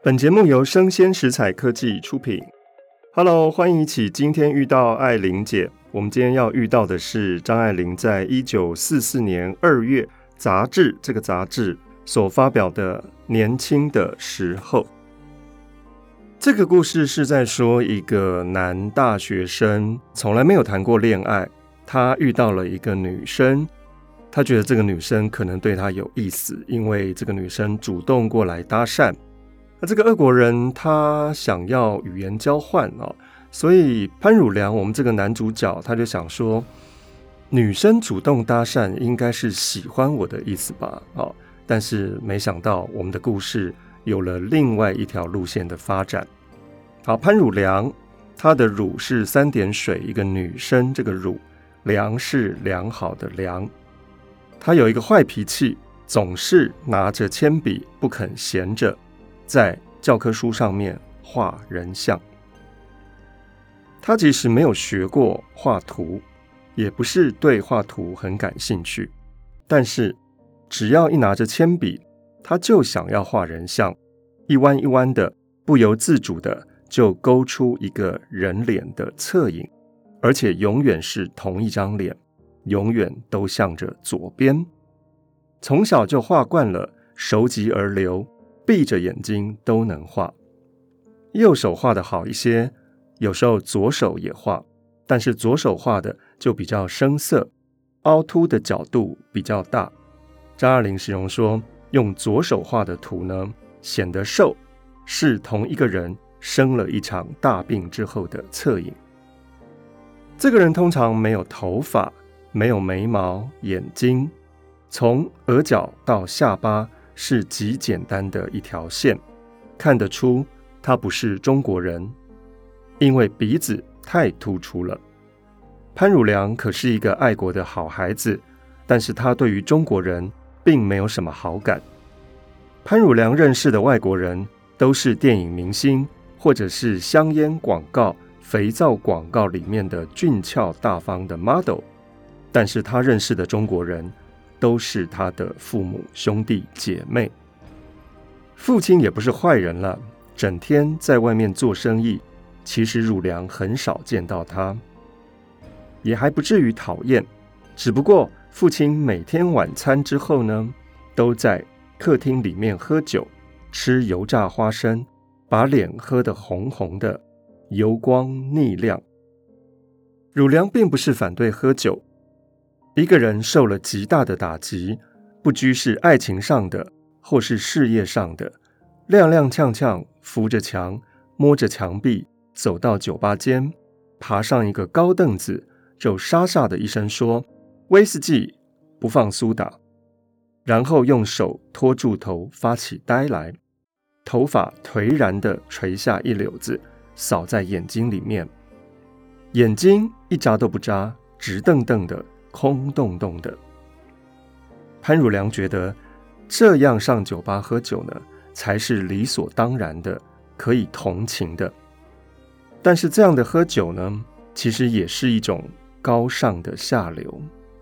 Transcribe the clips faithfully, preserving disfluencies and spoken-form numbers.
本节目由生鲜食材科技出品。Hello， 欢迎一起今天遇到艾琳姐。我们今天要遇到的是张爱玲在一九四四年二月杂志这个杂志所发表的《年轻的时候》。这个故事是在说一个男大学生从来没有谈过恋爱，他遇到了一个女生，他觉得这个女生可能对他有意思，因为这个女生主动过来搭讪。那这个俄国人他想要语言交换、哦、所以潘汝良我们这个男主角他就想说，女生主动搭讪应该是喜欢我的意思吧、哦、但是没想到我们的故事有了另外一条路线的发展。好，潘汝良他的汝是三点水一个女生，这个汝，良是良好的良。他有一个坏脾气，总是拿着铅笔不肯闲着，在教科书上面画人像。他其实没有学过画图，也不是对画图很感兴趣，但是只要一拿着铅笔，他就想要画人像，一弯一弯的，不由自主的就勾出一个人脸的侧影，而且永远是同一张脸，永远都向着左边。从小就画惯了，熟极而流，闭着眼睛都能画。右手画得好一些，有时候左手也画，但是左手画的就比较生涩，凹凸的角度比较大。张爱玲形容说，用左手画的图呢，显得瘦，是同一个人生了一场大病之后的侧影。这个人通常没有头发，没有眉毛、眼睛，从额角到下巴是极简单的一条线，看得出他不是中国人，因为鼻子太突出了。潘汝良可是一个爱国的好孩子，但是他对于中国人并没有什么好感。潘汝良认识的外国人都是电影明星，或者是香烟广告、肥皂广告里面的俊俏大方的 model， 但是他认识的中国人都是他的父母、兄弟、姐妹。父亲也不是坏人了，整天在外面做生意，其实汝良很少见到他，也还不至于讨厌，只不过父亲每天晚餐之后呢，都在客厅里面喝酒，吃油炸花生，把脸喝得红红的，油光腻亮。汝良并不是反对喝酒，一个人受了极大的打击，不拘是爱情上的或是事业上的，踉踉跄跄扶着墙，摸着墙壁，走到酒吧间，爬上一个高凳子，就沙沙的一声说，威士忌不放苏打，然后用手托住头发起呆来，头发颓然地垂下一绺子，扫在眼睛里面，眼睛一眨都不眨，直瞪瞪的，空洞洞的。潘汝良觉得这样上酒吧喝酒呢，才是理所当然的，可以同情的。但是这样的喝酒呢，其实也是一种高尚的下流。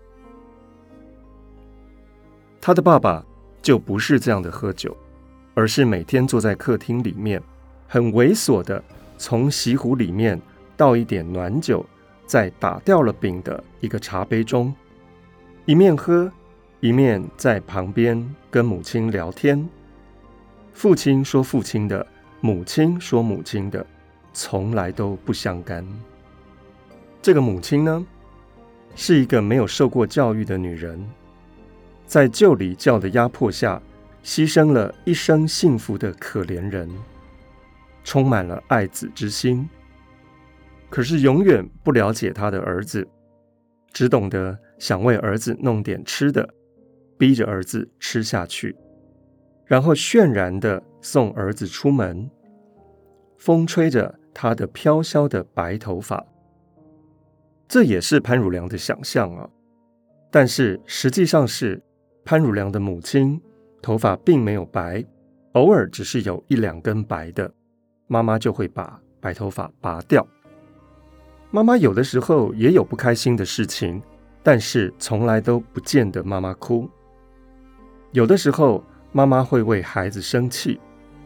他的爸爸就不是这样的喝酒，而是每天坐在客厅里面，很猥琐的从锡壶里面倒一点暖酒，在打掉了饼的一个茶杯中，一面喝，一面在旁边跟母亲聊天。父亲说父亲的，母亲说母亲的，从来都不相干。这个母亲呢，是一个没有受过教育的女人，在旧礼教的压迫下，牺牲了一生幸福的可怜人，充满了爱子之心，可是永远不了解他的儿子，只懂得想为儿子弄点吃的，逼着儿子吃下去，然后渲然地送儿子出门，风吹着他的飘飘的白头发。这也是潘汝良的想象啊，但是实际上是潘汝良的母亲头发并没有白，偶尔只是有一两根白的，妈妈就会把白头发拔掉。妈妈有的时候也有不开心的事情，但是从来都不见得妈妈哭。有的时候妈妈会为孩子生气，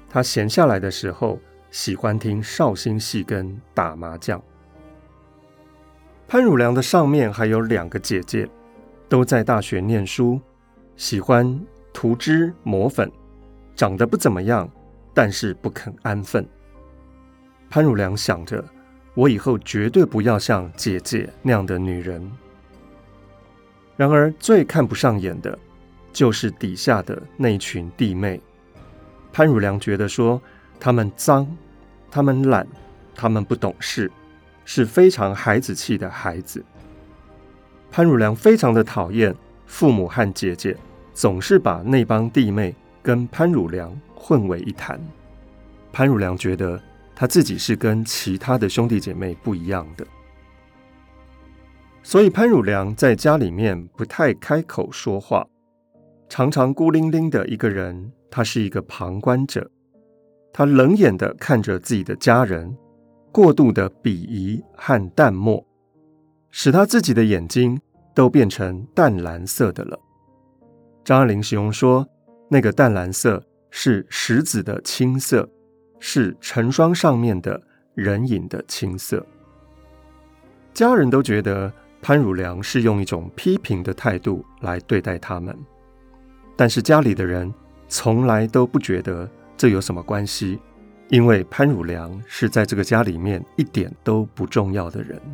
他闲下来的时候喜欢听绍兴戏跟打麻将。潘汝良的上面还有两个姐姐，都在大学念书，喜欢涂脂抹粉，长得不怎么样，但是不肯安分。潘汝良想着，我以后绝对不要像姐姐那样的女人。然而最看不上眼的就是底下的那群弟妹。潘汝良觉得说，她们脏，她们懒，她们不懂事，是非常孩子气的孩子。潘汝良非常的讨厌父母和姐姐总是把那帮弟妹跟潘汝良混为一谈。潘汝良觉得他自己是跟其他的兄弟姐妹不一样的，所以潘汝良在家里面不太开口说话，常常孤零零的一个人，他是一个旁观者，他冷眼的看着自己的家人，过度的鄙夷和淡漠，使他自己的眼睛都变成淡蓝色的了。张爱玲形容说，那个淡蓝色是石子的青色，是成霜上面的人影的青色。家人都觉得潘汝良是用一种批评的态度来对待他们，但是家里的人从来都不觉得这有什么关系，因为潘汝良是在这个家里面一点都不重要的人。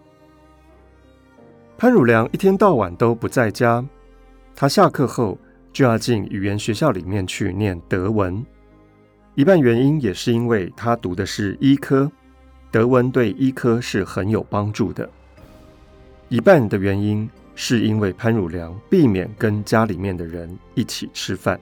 潘汝良一天到晚都不在家，他下课后就要进语言学校里面去念德文，一半原因也是因为他读的是医科，德文对医科是很有帮助的，一半的原因是因为潘汝良避免跟家里面的人一起吃饭。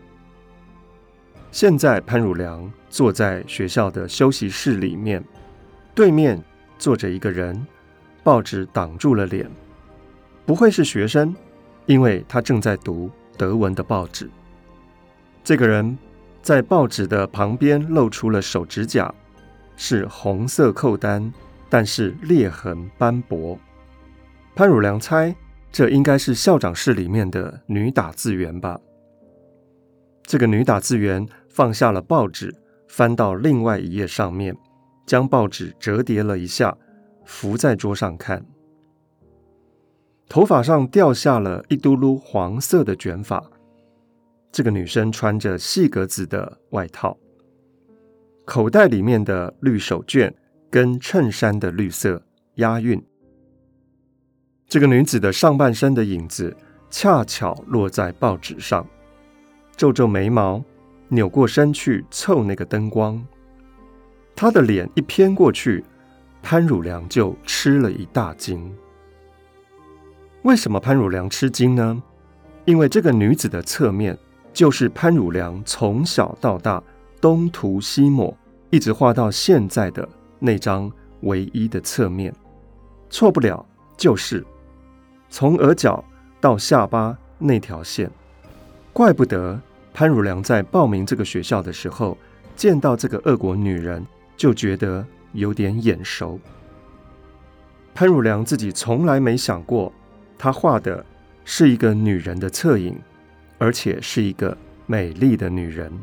现在潘汝良坐在学校的休息室里面，对面坐着一个人，报纸挡住了脸，不会是学生，因为他正在读德文的报纸。这个人在报纸的旁边露出了手指甲，是红色扣单，但是裂痕斑驳。潘汝良猜，这应该是校长室里面的女打字员吧。这个女打字员放下了报纸，翻到另外一页上面，将报纸折叠了一下，浮在桌上看。头发上掉下了一嘟噜黄色的卷发。这个女生穿着细格子的外套，口袋里面的绿手绢跟衬衫的绿色押韵。这个女子的上半身的影子恰巧落在报纸上，皱皱眉毛，扭过身去凑那个灯光。她的脸一偏过去，潘汝良就吃了一大惊。为什么潘汝良吃惊呢？因为这个女子的侧面就是潘汝良从小到大东涂西抹，一直画到现在的那张唯一的侧面，错不了，就是从额角到下巴那条线。怪不得潘汝良在报名这个学校的时候，见到这个俄国女人就觉得有点眼熟。潘汝良自己从来没想过，他画的是一个女人的侧影，而且是一个美丽的女人。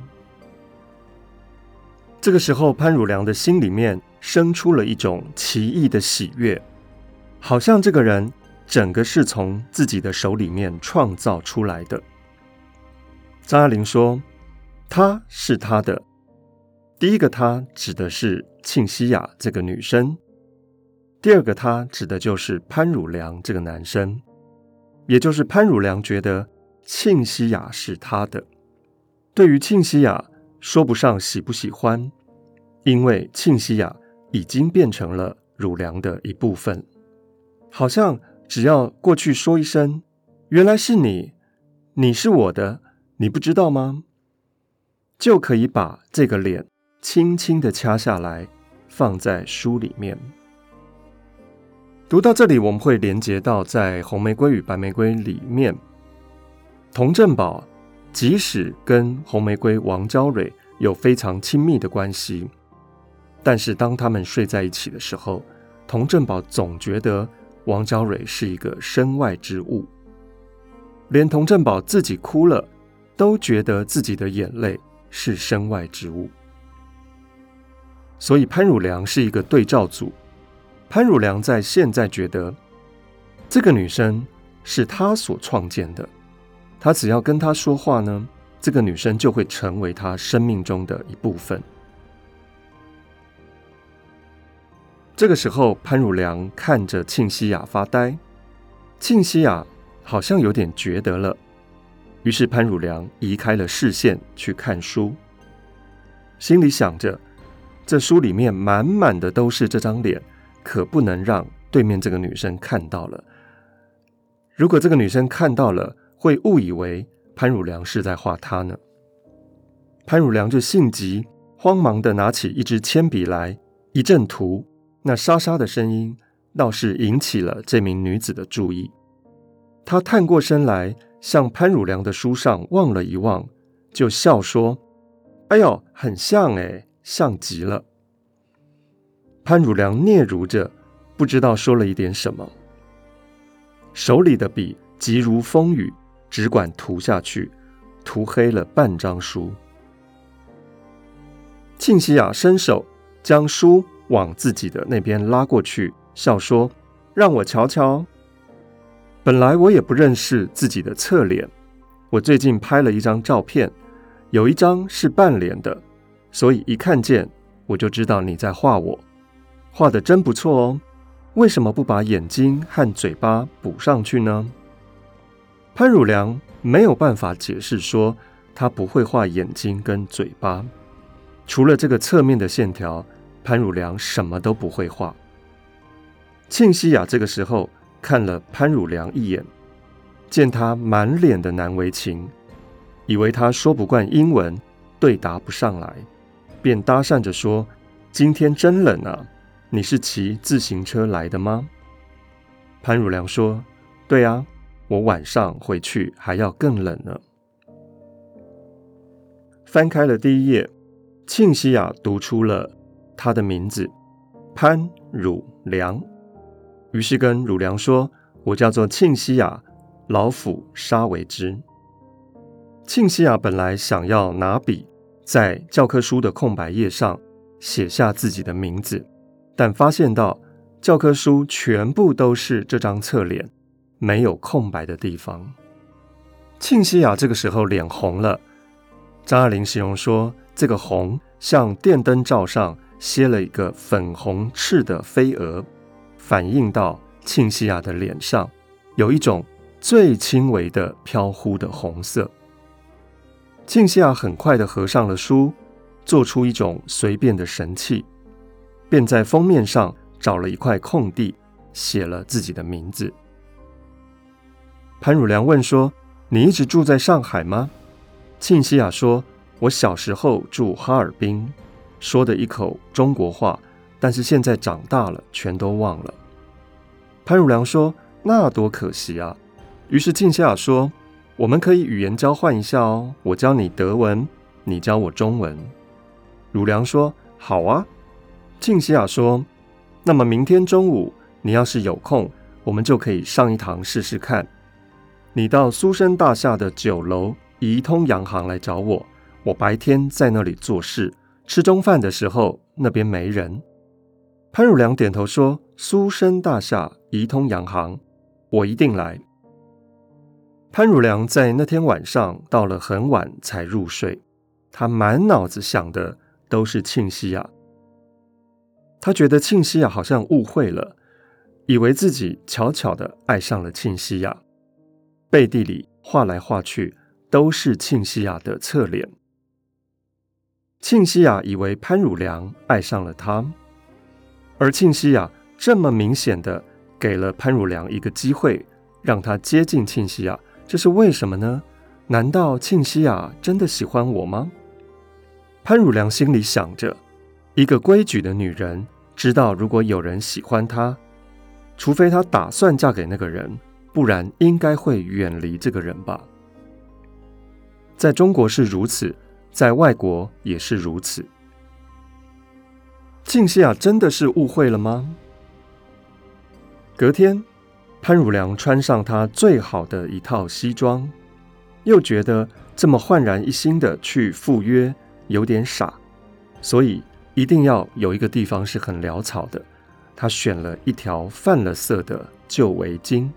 这个时候，潘汝良的心里面生出了一种奇异的喜悦，好像这个人整个是从自己的手里面创造出来的。张爱玲说，她是她的。第一个她指的是庆西雅这个女生，第二个她指的就是潘汝良这个男生，也就是潘汝良觉得庆西雅是他的。对于庆西雅说不上喜不喜欢，因为庆西雅已经变成了汝良的一部分，好像只要过去说一声，原来是你，你是我的，你不知道吗？就可以把这个脸轻轻地掐下来，放在书里面。读到这里，我们会连结到在《红玫瑰与白玫瑰》里面，童振宝即使跟红玫瑰王娇蕊有非常亲密的关系，但是当他们睡在一起的时候，童振宝总觉得王娇蕊是一个身外之物，连童振宝自己哭了，都觉得自己的眼泪是身外之物。所以潘汝良是一个对照组。潘汝良在现在觉得这个女生是他所创建的，他只要跟她说话呢，这个女生就会成为他生命中的一部分。这个时候，潘汝良看着庆西亚发呆，庆西亚好像有点觉得了，于是潘汝良移开了视线去看书，心里想着，这书里面满满的都是这张脸，可不能让对面这个女生看到了。如果这个女生看到了，会误以为潘汝良是在画她呢。潘汝良就性急，慌忙地拿起一支铅笔来，一阵涂，那沙沙的声音倒是引起了这名女子的注意。她探过身来，向潘汝良的书上望了一望，就笑说：“哎呦，很像诶，像极了。”潘汝良嗫嚅着，不知道说了一点什么，手里的笔急如风雨，只管涂下去，涂黑了半张书。庆西亚伸手将书往自己的那边拉过去，笑说：“让我瞧瞧。本来我也不认识自己的侧脸，我最近拍了一张照片，有一张是半脸的，所以一看见我就知道你在画我，画得真不错哦。为什么不把眼睛和嘴巴补上去呢？”潘汝良没有办法解释说他不会画眼睛跟嘴巴，除了这个侧面的线条，潘汝良什么都不会画。庆西亚这个时候看了潘汝良一眼，见他满脸的难为情，以为他说不惯英文，对答不上来，便搭讪着说：“今天真冷啊，你是骑自行车来的吗？”潘汝良说：“对啊，我晚上回去还要更冷呢。”翻开了第一页，庆西亚读出了他的名字潘汝良，于是跟汝良说：“我叫做庆西亚，老府沙为之。”庆西亚本来想要拿笔在教科书的空白页上写下自己的名字，但发现到教科书全部都是这张侧脸，没有空白的地方。庆西亚这个时候脸红了，张爱玲形容说，这个红像电灯罩上歇了一个粉红翅的飞蛾，反映到庆西亚的脸上，有一种最轻微的飘忽的红色。庆西亚很快地合上了书，做出一种随便的神气，便在封面上找了一块空地，写了自己的名字。潘汝良问说：“你一直住在上海吗？”庆西亚说：“我小时候住哈尔滨，说的一口中国话，但是现在长大了，全都忘了。”潘汝良说：“那多可惜啊！”于是庆西亚说：“我们可以语言交换一下哦，我教你德文，你教我中文。”汝良说：“好啊。”庆西亚说：“那么明天中午你要是有空，我们就可以上一堂试试看。你到苏生大厦的九楼怡通洋行来找我，我白天在那里做事，吃中饭的时候那边没人。”潘汝良点头说：“苏生大厦怡通洋行，我一定来。”潘汝良在那天晚上到了很晚才入睡，他满脑子想的都是庆西亚。他觉得庆西亚好像误会了，以为自己悄悄地爱上了庆西亚，背地里画来画去都是庆西亚的侧脸。庆西亚以为潘汝良爱上了他，而庆西亚这么明显的给了潘汝良一个机会，让他接近庆西亚，这是为什么呢？难道庆西亚真的喜欢我吗？潘汝良心里想着，一个规矩的女人知道，如果有人喜欢她，除非她打算嫁给那个人，不然应该会远离这个人吧。在中国是如此，在外国也是如此。庆西亚真的是误会了吗？隔天，潘汝良穿上他最好的一套西装， 又觉得这么焕然一新的去赴约有点傻，所以一定要有一个地方是很潦草的。他选了一条泛了色的旧围巾。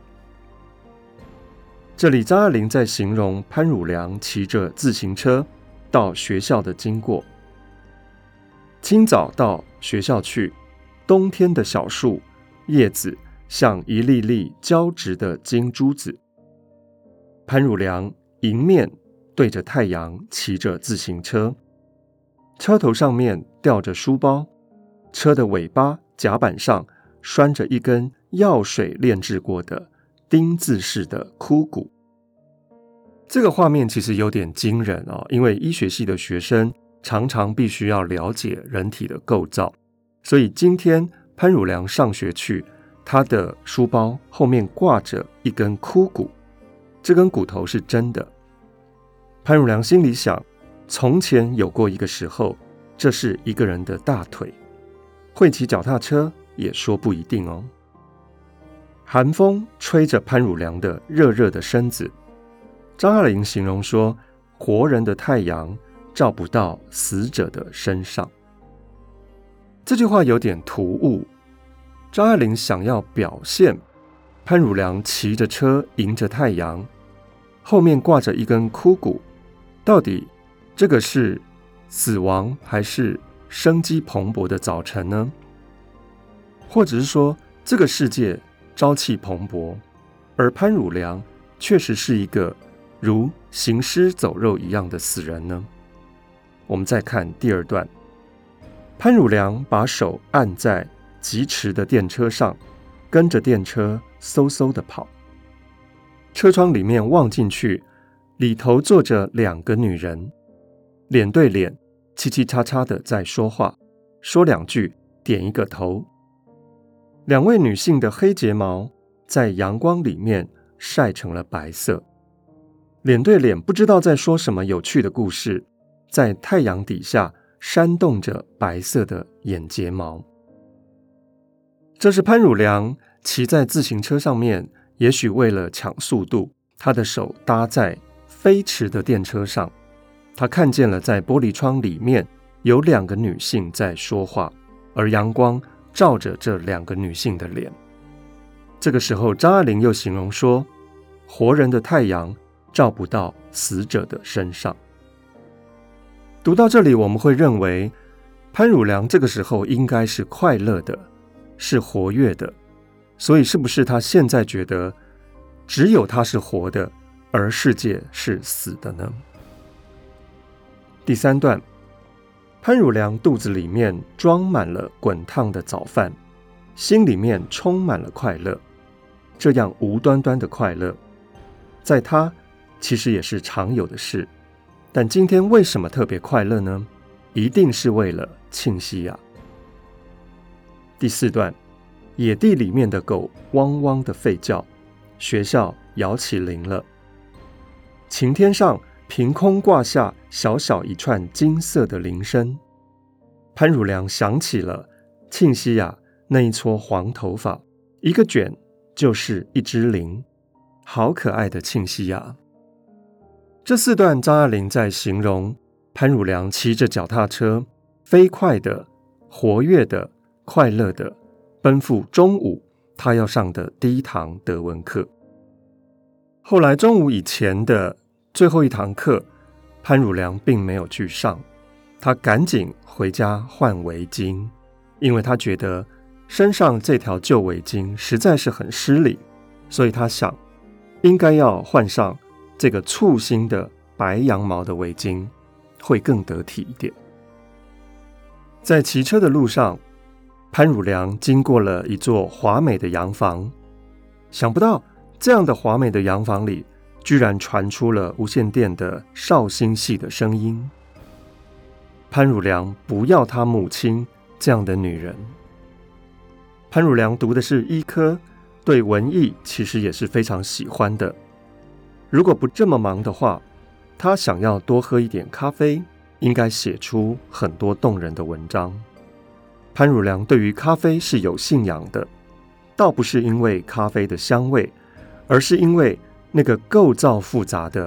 这里张爱玲在形容潘汝良骑着自行车到学校的经过。清早到学校去，冬天的小树叶子像一粒粒交织的金珠子。潘汝良迎面对着太阳骑着自行车，车头上面吊着书包，车的尾巴甲板上拴着一根药水炼制过的钉字式的枯骨。这个画面其实有点惊人哦，因为医学系的学生常常必须要了解人体的构造，所以今天潘汝良上学去，他的书包后面挂着一根枯骨，这根骨头是真的。潘汝良心里想，从前有过一个时候，这是一个人的大腿，会骑脚踏车也说不一定哦。寒风吹着潘汝良的热热的身子，张爱玲形容说，活人的太阳照不到死者的身上。这句话有点突兀，张爱玲想要表现潘汝良骑着车迎着太阳，后面挂着一根枯骨，到底这个是死亡还是生机蓬勃的早晨呢？或者是说这个世界朝气蓬勃，而潘汝良确实是一个如行尸走肉一样的死人呢？我们再看第二段，潘汝良把手按在疾驰的电车上，跟着电车嗖嗖地跑。车窗里面望进去，里头坐着两个女人，脸对脸，叽叽喳喳的在说话，说两句，点一个头。两位女性的黑睫毛在阳光里面晒成了白色，脸对脸不知道在说什么有趣的故事，在太阳底下扇动着白色的眼睫毛。这是潘汝良骑在自行车上面，也许为了抢速度，他的手搭在飞驰的电车上，他看见了在玻璃窗里面有两个女性在说话，而阳光照着这两个女性的脸。这个时候张爱玲又形容说，活人的太阳照不到死者的身上。读到这里，我们会认为潘汝良这个时候应该是快乐的，是活跃的，所以是不是他现在觉得只有他是活的，而世界是死的呢？第三段，潘汝良肚子里面装满了滚烫的早饭，心里面充满了快乐，这样无端端的快乐，在他其实也是常有的事，但今天为什么特别快乐呢？一定是为了庆西亚。第四段，野地里面的狗汪汪的吠叫，学校摇起铃了。晴天上凭空挂下小小一串金色的铃声，潘汝良想起了庆西亚那一撮黄头发，一个卷就是一只铃，好可爱的庆西亚。这四段张爱玲在形容潘汝良骑着脚踏车，飞快的、活跃的、快乐的奔赴中午他要上的第一堂德文课。后来中午以前的最后一堂课，潘汝良并没有去上，他赶紧回家换围巾，因为他觉得身上这条旧围巾实在是很失礼，所以他想应该要换上这个簇新的白羊毛的围巾，会更得体一点。在骑车的路上，潘汝良经过了一座华美的洋房，想不到这样的华美的洋房里，居然传出了无线电的绍兴戏的声音。潘汝良不要他母亲这样的女人。潘汝良读的是医科，对文艺其实也是非常喜欢的。如果不这么忙的话，他想要多喝一点咖啡，应该写出很多动人的文章。潘汝良对于咖啡是有信仰的，倒不是因为咖啡的香味，而是因为那个构造复杂的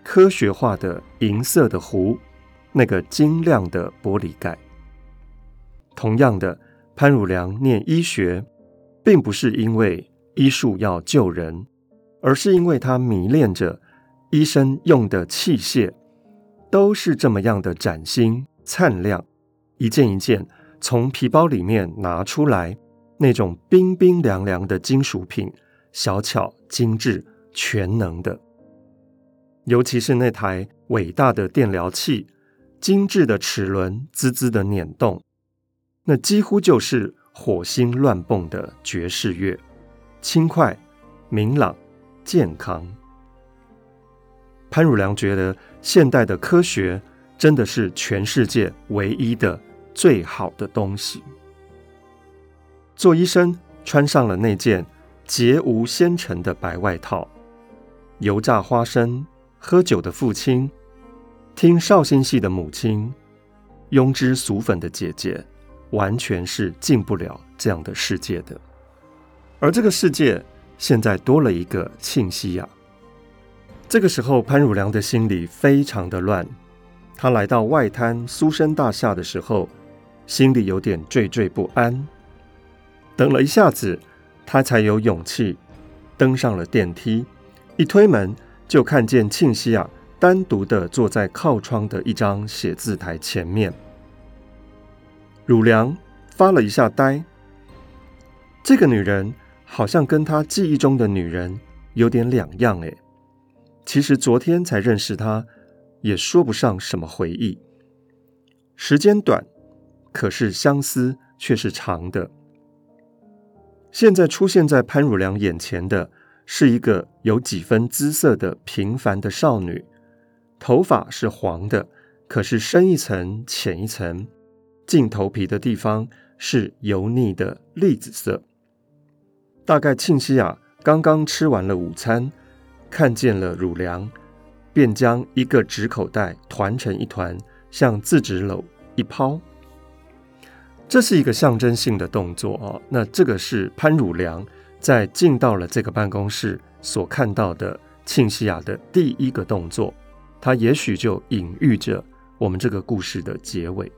科学化的银色的壶，那个晶亮的玻璃盖。同样的，潘汝良念医学，并不是因为医术要救人，而是因为他迷恋着医生用的器械都是这么样的崭新灿亮，一件一件从皮包里面拿出来，那种冰冰凉凉的金属品，小巧精致全能的。尤其是那台伟大的电疗器，精致的齿轮滋滋的捻动，那几乎就是火星乱蹦的爵士乐，轻快明朗健康。潘汝良觉得现代的科学真的是全世界唯一的最好的东西。做医生穿上了那件洁无纤尘的白外套，油炸花生，喝酒的父亲，听绍兴戏的母亲，庸脂俗粉的姐姐，完全是进不了这样的世界的。而这个世界现在多了一个庆西亚。这个时候潘汝良的心里非常的乱，他来到外滩苏生大厦的时候，心里有点惴惴不安。等了一下子，他才有勇气登上了电梯，一推门就看见庆西亚单独的坐在靠窗的一张写字台前面。汝良发了一下呆，这个女人好像跟他记忆中的女人有点两样诶。其实昨天才认识她，也说不上什么回忆。时间短，可是相思却是长的。现在出现在潘汝良眼前的是一个有几分姿色的平凡的少女，头发是黄的，可是深一层浅一层，近头皮的地方是油腻的栗子色。大概庆西亚刚刚吃完了午餐，看见了汝良，便将一个纸口袋团成一团，向自纸篓一抛。这是一个象征性的动作哦。那这个是潘汝良在进到了这个办公室所看到的庆西亚的第一个动作，他也许就隐喻着我们这个故事的结尾。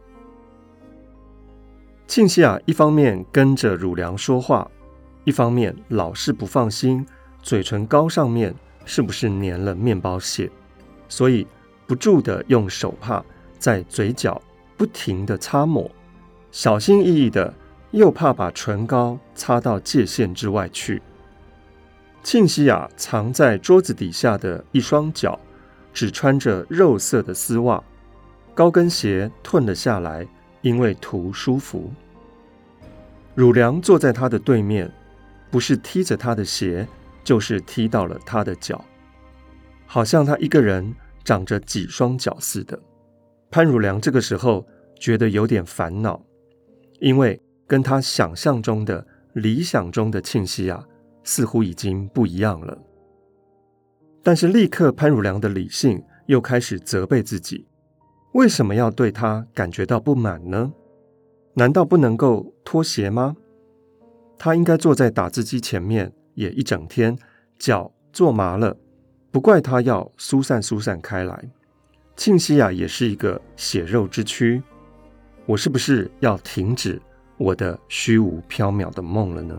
庆西亚一方面跟着汝良说话，一方面老是不放心嘴唇膏上面是不是粘了面包屑，所以不住地用手帕在嘴角不停地擦抹，小心翼翼的，又怕把唇膏擦到界限之外去。庆西亚藏在桌子底下的一双脚，只穿着肉色的丝袜，高跟鞋褪了下来，因为图舒服。汝良坐在他的对面，不是踢着他的鞋，就是踢到了他的脚，好像他一个人长着几双脚似的。潘汝良这个时候觉得有点烦恼，因为跟他想象中的理想中的庆西亚似乎已经不一样了。但是立刻潘汝良的理性又开始责备自己，为什么要对他感觉到不满呢？难道不能够脱鞋吗？他应该坐在打字机前面也一整天，脚坐麻了，不怪他要疏散疏散开来。庆西亚也是一个血肉之躯，我是不是要停止我的虚无缥缈的梦了呢？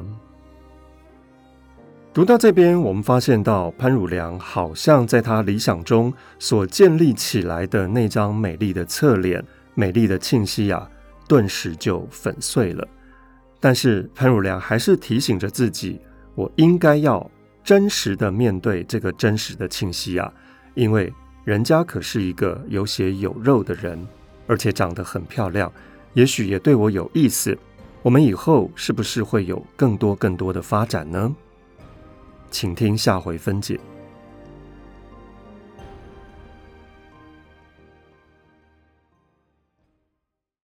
读到这边，我们发现到潘汝良好像在他理想中所建立起来的那张美丽的侧脸，美丽的庆西亚顿时就粉碎了。但是潘汝良还是提醒着自己，我应该要真实的面对这个真实的庆西亚，因为人家可是一个有血有肉的人，而且长得很漂亮，也许也对我有意思，我们以后是不是会有更多更多的发展呢？请听下回分解。